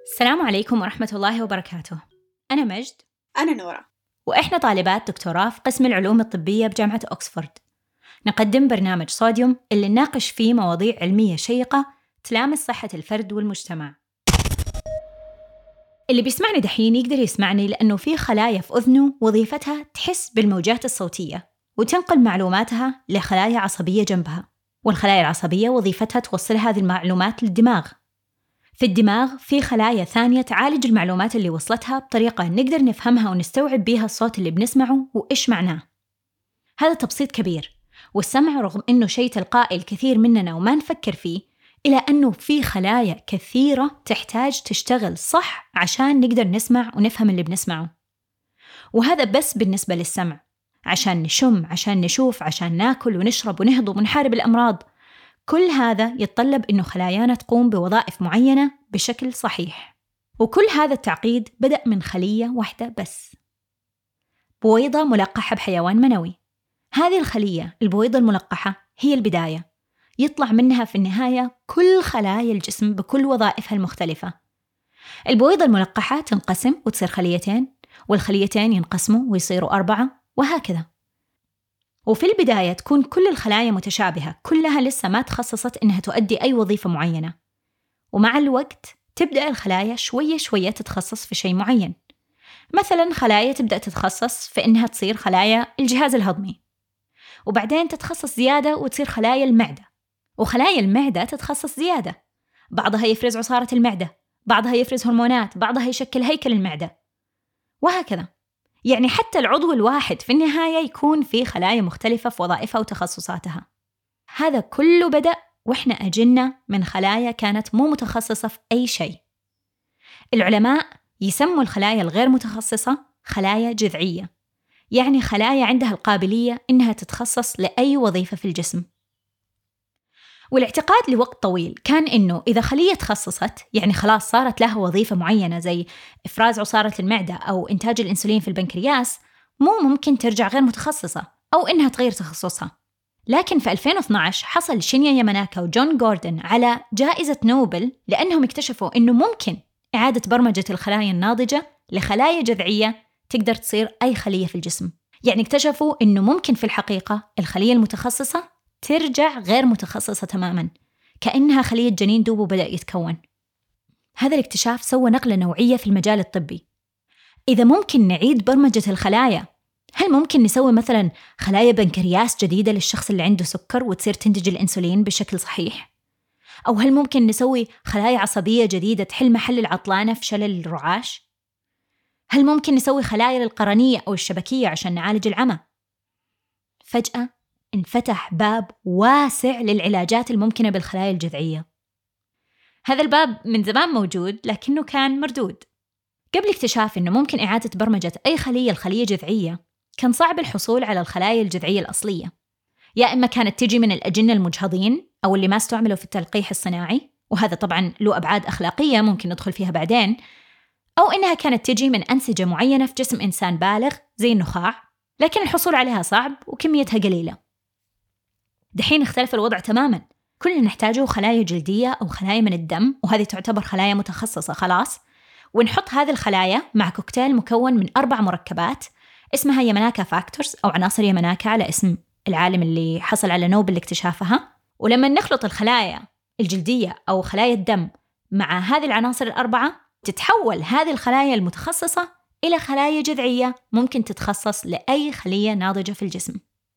السلام عليكم ورحمة الله وبركاته. أنا مجد. أنا نورا. وإحنا طالبات دكتوراه في قسم العلوم الطبية بجامعة أكسفورد. نقدم برنامج صوديوم اللي نناقش فيه مواضيع علمية شيقة تلامس صحة الفرد والمجتمع. اللي بيسمعني دحين يقدر يسمعني لأنه في خلايا في أذنه وظيفتها تحس بالموجات الصوتية وتنقل معلوماتها لخلايا عصبية جنبها، والخلايا العصبية وظيفتها توصل هذه المعلومات للدماغ. في الدماغ في خلايا ثانية تعالج المعلومات اللي وصلتها بطريقة نقدر نفهمها ونستوعب بيها الصوت اللي بنسمعه وإيش معناه. هذا تبسيط كبير، والسمع رغم إنه شيء تلقائي الكثير مننا وما نفكر فيه، إلى أنه في خلايا كثيرة تحتاج تشتغل صح عشان نقدر نسمع ونفهم اللي بنسمعه. وهذا بس بالنسبة للسمع، عشان نشم، عشان نشوف، عشان ناكل ونشرب ونهضم ونحارب الأمراض. كل هذا يتطلب إنه خلايانا تقوم بوظائف معينة بشكل صحيح. وكل هذا التعقيد بدأ من خلية واحدة بس، بويضة ملقحة بحيوان منوي. هذه الخلية البويضة الملقحة هي البداية، يطلع منها في النهاية كل خلايا الجسم بكل وظائفها المختلفة. البويضة الملقحة تنقسم وتصير خليتين، والخليتين ينقسموا ويصيروا 4، وهكذا. وفي البداية تكون كل الخلايا متشابهة، كلها لسه ما تخصصت إنها تؤدي أي وظيفة معينة. ومع الوقت تبدأ الخلايا شوية شوية تتخصص في شيء معين. مثلا خلايا تبدأ تتخصص في إنها تصير خلايا الجهاز الهضمي، وبعدين تتخصص زيادة وتصير خلايا المعدة، وخلايا المعدة تتخصص زيادة، بعضها يفرز عصارة المعدة، بعضها يفرز هرمونات، بعضها يشكل هيكل المعدة، وهكذا. يعني حتى العضو الواحد في النهاية يكون فيه خلايا مختلفة في وظائفها وتخصصاتها. هذا كله بدأ وإحنا أجلنا من خلايا كانت مو متخصصة في أي شيء. العلماء يسموا الخلايا الغير متخصصة خلايا جذعية، يعني خلايا عندها القابلية إنها تتخصص لأي وظيفة في الجسم. والاعتقاد لوقت طويل كان إنه إذا خلية تخصصت، يعني خلاص صارت لها وظيفة معينة زي إفراز عصارة المعدة أو إنتاج الإنسولين في البنكرياس، مو ممكن ترجع غير متخصصة أو إنها تغير تخصصها. لكن في 2012 حصل شينيا ياماناكا وجون جوردن على جائزة نوبل لأنهم اكتشفوا إنه ممكن إعادة برمجة الخلايا الناضجة لخلايا جذعية تقدر تصير أي خلية في الجسم. يعني اكتشفوا إنه ممكن في الحقيقة الخلية المتخصصة ترجع غير متخصصة تماماً، كأنها خلية جنين دوب وبدأ يتكون. هذا الاكتشاف سوى نقلة نوعية في المجال الطبي. إذا ممكن نعيد برمجة الخلايا، هل ممكن نسوي مثلاً خلايا بنكرياس جديدة للشخص اللي عنده سكر وتصير تنتج الإنسولين بشكل صحيح؟ أو هل ممكن نسوي خلايا عصبية جديدة تحل محل العطلانة في شلل الرعاش؟ هل ممكن نسوي خلايا للقرنية أو الشبكية عشان نعالج العمى؟ فجأة انفتح باب واسع للعلاجات الممكنة بالخلايا الجذعية. هذا الباب من زمان موجود لكنه كان مردود. قبل اكتشاف إنه ممكن إعادة برمجة أي خلية لخلية جذعية، كان صعب الحصول على الخلايا الجذعية الأصلية. يا إما كانت تجي من الأجنة المجهضين أو اللي ما استعملوا في التلقيح الصناعي، وهذا طبعاً له أبعاد أخلاقية ممكن ندخل فيها بعدين، أو إنها كانت تجي من أنسجة معينة في جسم إنسان بالغ زي النخاع، لكن الحصول عليها صعب وكميتها قليلة. دحين اختلف الوضع تماماً، كل اللي نحتاجه خلايا جلدية أو خلايا من الدم، وهذه تعتبر خلايا متخصصة خلاص، ونحط هذه الخلايا مع كوكتيل مكون من 4 مركبات اسمها ياماناكا فاكتورز أو عناصر ياماناكا على اسم العالم اللي حصل على نوبل لاكتشافها. ولما نخلط الخلايا الجلدية أو خلايا الدم مع هذه العناصر ال4، تتحول هذه الخلايا المتخصصة إلى خلايا جذعية ممكن تتخصص لأي خلية ناضجة في الجسم.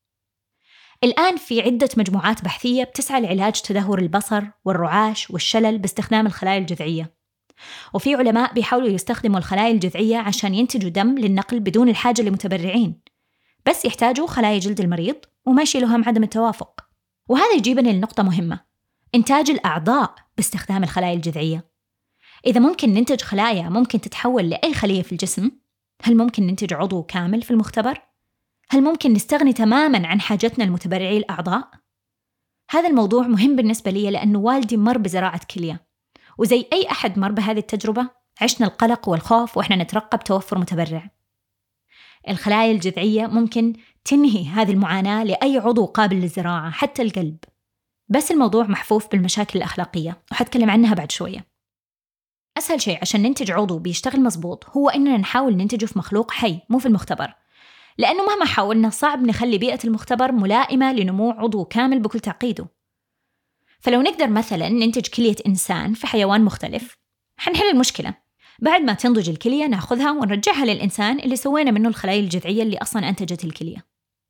الآن في عدة مجموعات بحثية بتسعى لعلاج تدهور البصر والرعاش والشلل باستخدام الخلايا الجذعية، وفي علماء بيحاولوا يستخدموا الخلايا الجذعية عشان ينتجوا دم للنقل بدون الحاجة لمتبرعين، بس يحتاجوا خلايا جلد المريض وما يشيلوا هم عدم التوافق. وهذا يجيبني لنقطة مهمة، إنتاج الأعضاء باستخدام الخلايا الجذعية. إذا ممكن ننتج خلايا ممكن تتحول لأي خلية في الجسم، هل ممكن ننتج عضو كامل في المختبر؟ هل ممكن نستغني تماماً عن حاجتنا لمتبرعي الأعضاء؟ هذا الموضوع مهم بالنسبة لي لأنه والدي مر بزراعة كلية، وزي أي أحد مر بهذه التجربة عشنا القلق والخوف وإحنا نترقب توفر متبرع. الخلايا الجذعية ممكن تنهي هذه المعاناة لأي عضو قابل للزراعة، حتى القلب، بس الموضوع محفوف بالمشاكل الأخلاقية وحتكلم عنها بعد شوية. أسهل شيء عشان ننتج عضو بيشتغل مزبوط هو إننا نحاول ننتجه في مخلوق حي مو في المختبر، لأنه مهما حاولنا صعب نخلي بيئة المختبر ملائمة لنمو عضو كامل بكل تعقيده. فلو نقدر مثلا ننتج كلية إنسان في حيوان مختلف حنحل المشكلة. بعد ما تنضج الكلية ناخذها ونرجعها للإنسان اللي سوينا منه الخلايا الجذعية اللي أصلا أنتجت الكلية.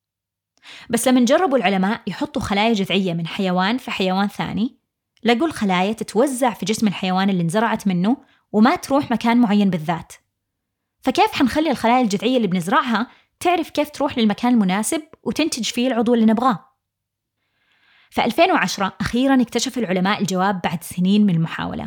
بس لما جربوا العلماء يحطوا خلايا جذعية من حيوان في حيوان ثاني، لقوا الخلايا تتوزع في جسم الحيوان اللي انزرعت منه وما تروح مكان معين بالذات. فكيف حنخلي الخلايا الجذعية اللي بنزرعها تعرف كيف تروح للمكان المناسب وتنتج فيه العضو اللي نبغاه؟ في 2010 أخيراً اكتشف العلماء الجواب بعد سنين من المحاولة.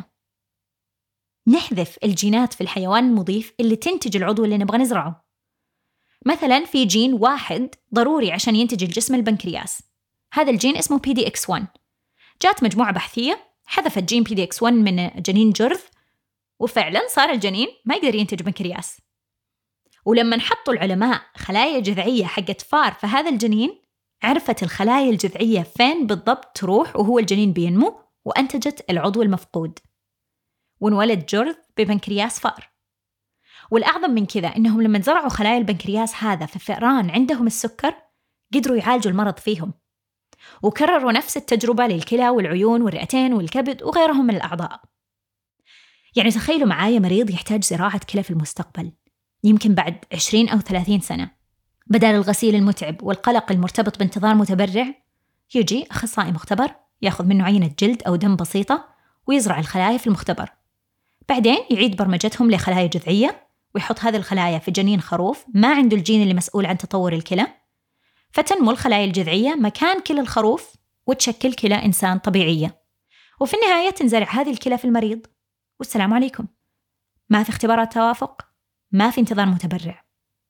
نحذف الجينات في الحيوان المضيف اللي تنتج العضو اللي نبغى نزرعه. مثلاً في جين واحد ضروري عشان ينتج الجسم البنكرياس، هذا الجين اسمه PDX1. جات مجموعة بحثية حذفت جين PDX1 من جنين جرذ، وفعلاً صار الجنين ما يقدر ينتج بنكرياس. ولما حطوا العلماء خلايا جذعية حقت فار في هذا الجنين، عرفت الخلايا الجذعية فين بالضبط تروح وهو الجنين بينمو، وأنتجت العضو المفقود، وانولد جرذ ببنكرياس فار. والأعظم من كذا إنهم لما زرعوا خلايا البنكرياس هذا في فئران عندهم السكر قدروا يعالجوا المرض فيهم، وكرروا نفس التجربة للكلى والعيون والرئتين والكبد وغيرهم من الأعضاء. يعني تخيلوا معايا مريض يحتاج زراعة كلى في المستقبل، يمكن بعد 20 أو 30 سنة، بدل الغسيل المتعب والقلق المرتبط بانتظار متبرع، يجي أخصائي مختبر ياخذ منه عينة جلد أو دم بسيطة ويزرع الخلايا في المختبر. بعدين يعيد برمجتهم لخلايا جذعية ويحط هذه الخلايا في جنين خروف ما عنده الجين اللي مسؤول عن تطور الكلى، فتنمو الخلايا الجذعية مكان كلى الخروف وتشكل كلى إنسان طبيعية. وفي النهاية تنزرع هذه الكلى في المريض والسلام عليكم. ما في اختبارات توافق، ما في انتظار متبرع.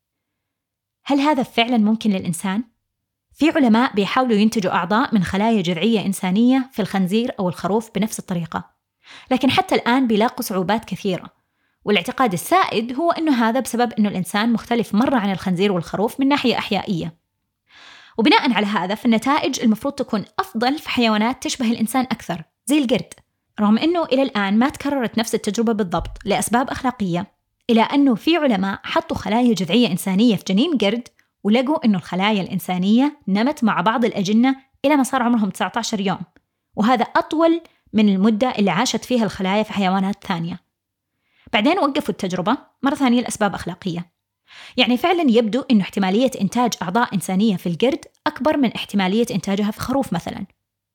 هل هذا فعلا ممكن للإنسان؟ في علماء بيحاولوا ينتجوا أعضاء من خلايا جذعية إنسانية في الخنزير أو الخروف بنفس الطريقة، لكن حتى الآن بيلاقوا صعوبات كثيرة. والاعتقاد السائد هو أنه هذا بسبب أنه الإنسان مختلف مرة عن الخنزير والخروف من ناحية أحيائية. وبناء على هذا فالنتائج المفروض تكون أفضل في حيوانات تشبه الإنسان أكثر زي القرد، رغم أنه إلى الآن ما تكررت نفس التجربة بالضبط لأسباب أخلاقية، إلى أنه في علماء حطوا خلايا جذعية إنسانية في جنين قرد ولقوا أنه الخلايا الإنسانية نمت مع بعض الأجنة إلى ما صار عمرهم 19 يوم، وهذا أطول من المدة اللي عاشت فيها الخلايا في حيوانات ثانية. بعدين وقفوا التجربة مرة ثانية لأسباب أخلاقية. يعني فعلا يبدو أنه احتمالية إنتاج أعضاء إنسانية في القرد أكبر من احتمالية إنتاجها في خروف مثلا.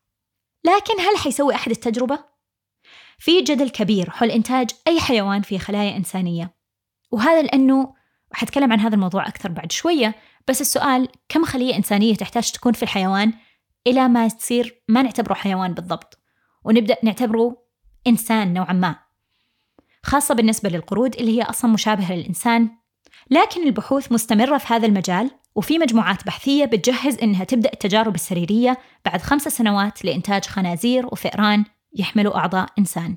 لكن هل حيسوي أحد التجربة؟ في جدل كبير حول إنتاج أي حيوان فيه خلايا إنسانية، وهذا لأنه وحتكلم عن هذا الموضوع أكثر بعد شوية. بس السؤال كم خلية إنسانية تحتاج تكون في الحيوان إلى ما تصير ما نعتبره حيوان بالضبط ونبدأ نعتبره إنسان نوعا ما، خاصة بالنسبة للقرود اللي هي أصلا مشابهة للإنسان. لكن البحوث مستمرة في هذا المجال، وفي مجموعات بحثية بتجهز إنها تبدأ التجارب السريرية بعد 5 سنوات لإنتاج خنازير وفئران يحملوا أعضاء إنسان.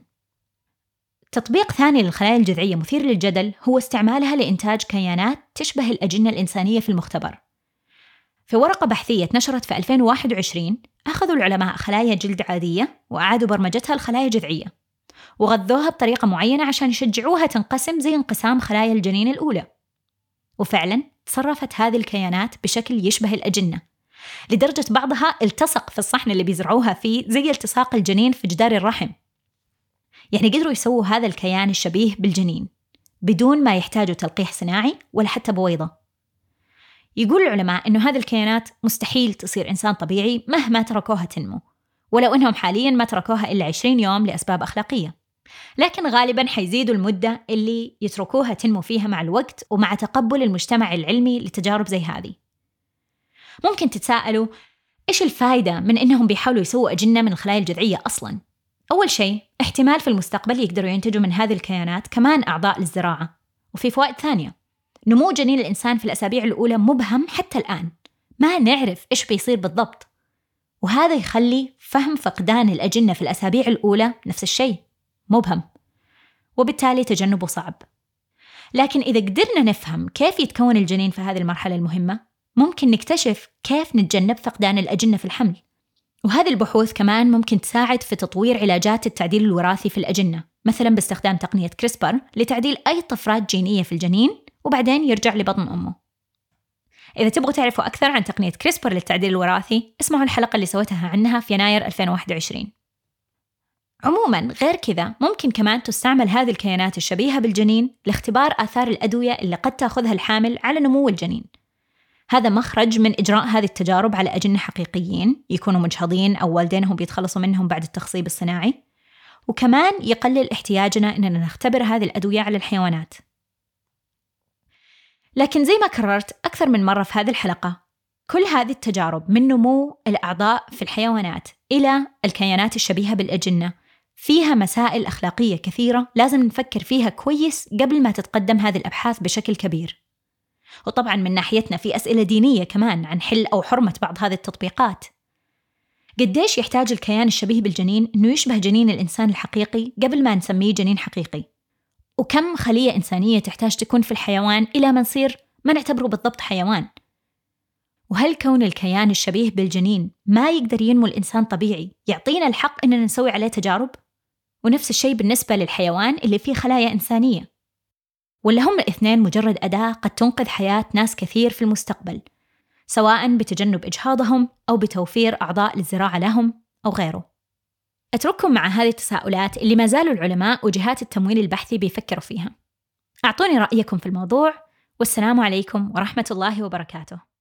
تطبيق ثاني للخلايا الجذعية مثير للجدل هو استعمالها لإنتاج كيانات تشبه الأجنة الإنسانية في المختبر. في ورقة بحثية نشرت في 2021 أخذوا العلماء خلايا جلد عادية وأعادوا برمجتها لخلايا جذعية، وغذوها بطريقة معينة عشان يشجعوها تنقسم زي انقسام خلايا الجنين الأولى. وفعلا تصرفت هذه الكيانات بشكل يشبه الأجنة، لدرجة بعضها التصق في الصحن اللي بيزرعوها فيه زي التصاق الجنين في جدار الرحم. يعني قدروا يسووا هذا الكيان الشبيه بالجنين بدون ما يحتاجوا تلقيح صناعي ولا حتى بويضة. يقول العلماء إنه هذه الكيانات مستحيل تصير إنسان طبيعي مهما تركوها تنمو، ولو إنهم حالياً ما تركوها إلا 20 يوم لأسباب أخلاقية، لكن غالباً حيزيدوا المدة اللي يتركوها تنمو فيها مع الوقت ومع تقبل المجتمع العلمي لتجارب زي هذه. ممكن تتساءلوا إيش الفائدة من إنهم بيحاولوا يسووا أجنة من الخلايا الجذعية أصلاً؟ أول شيء احتمال في المستقبل يقدروا ينتجوا من هذه الكيانات كمان أعضاء للزراعة، وفي فوائد ثانية. نمو جنين الإنسان في الأسابيع الأولى مبهم حتى الآن، ما نعرف إيش بيصير بالضبط، وهذا يخلي فهم فقدان الأجنة في الأسابيع الأولى نفس الشيء مبهم، وبالتالي تجنبه صعب. لكن إذا قدرنا نفهم كيف يتكون الجنين في هذه المرحلة المهمة، ممكن نكتشف كيف نتجنب فقدان الأجنة في الحمل. وهذه البحوث كمان ممكن تساعد في تطوير علاجات التعديل الوراثي في الأجنة، مثلا باستخدام تقنية كريسبر لتعديل أي طفرات جينية في الجنين وبعدين يرجع لبطن أمه. إذا تبغوا تعرفوا أكثر عن تقنية كريسبر للتعديل الوراثي اسمعوا الحلقة اللي سويتها عنها في يناير 2021. عموماً غير كذا ممكن كمان تستعمل هذه الكيانات الشبيهة بالجنين لاختبار آثار الأدوية اللي قد تأخذها الحامل على نمو الجنين. هذا مخرج من إجراء هذه التجارب على أجنة حقيقيين يكونوا مجهضين أو والدينهم بيتخلصوا منهم بعد التخصيب الصناعي، وكمان يقلل احتياجنا إننا نختبر هذه الأدوية على الحيوانات. لكن زي ما كررت أكثر من مرة في هذه الحلقة، كل هذه التجارب من نمو الأعضاء في الحيوانات إلى الكيانات الشبيهة بالأجنة فيها مسائل أخلاقية كثيرة لازم نفكر فيها كويس قبل ما تتقدم هذه الأبحاث بشكل كبير. وطبعاً من ناحيتنا في أسئلة دينية كمان عن حل أو حرمة بعض هذه التطبيقات. قديش يحتاج الكيان الشبيه بالجنين إنه يشبه جنين الإنسان الحقيقي قبل ما نسميه جنين حقيقي؟ وكم خلية إنسانية تحتاج تكون في الحيوان إلى ما نصير ما نعتبره بالضبط حيوان؟ وهل كون الكيان الشبيه بالجنين ما يقدر ينمو الإنسان طبيعي يعطينا الحق إننا نسوي عليه تجارب؟ ونفس الشيء بالنسبة للحيوان اللي فيه خلايا إنسانية، ولا هم الاثنين مجرد أداة قد تنقذ حياة ناس كثير في المستقبل، سواء بتجنب إجهاضهم أو بتوفير أعضاء للزراعة لهم أو غيره؟ أترككم مع هذه التساؤلات اللي ما زالوا العلماء وجهات التمويل البحثي بيفكروا فيها. أعطوني رأيكم في الموضوع، والسلام عليكم ورحمة الله وبركاته.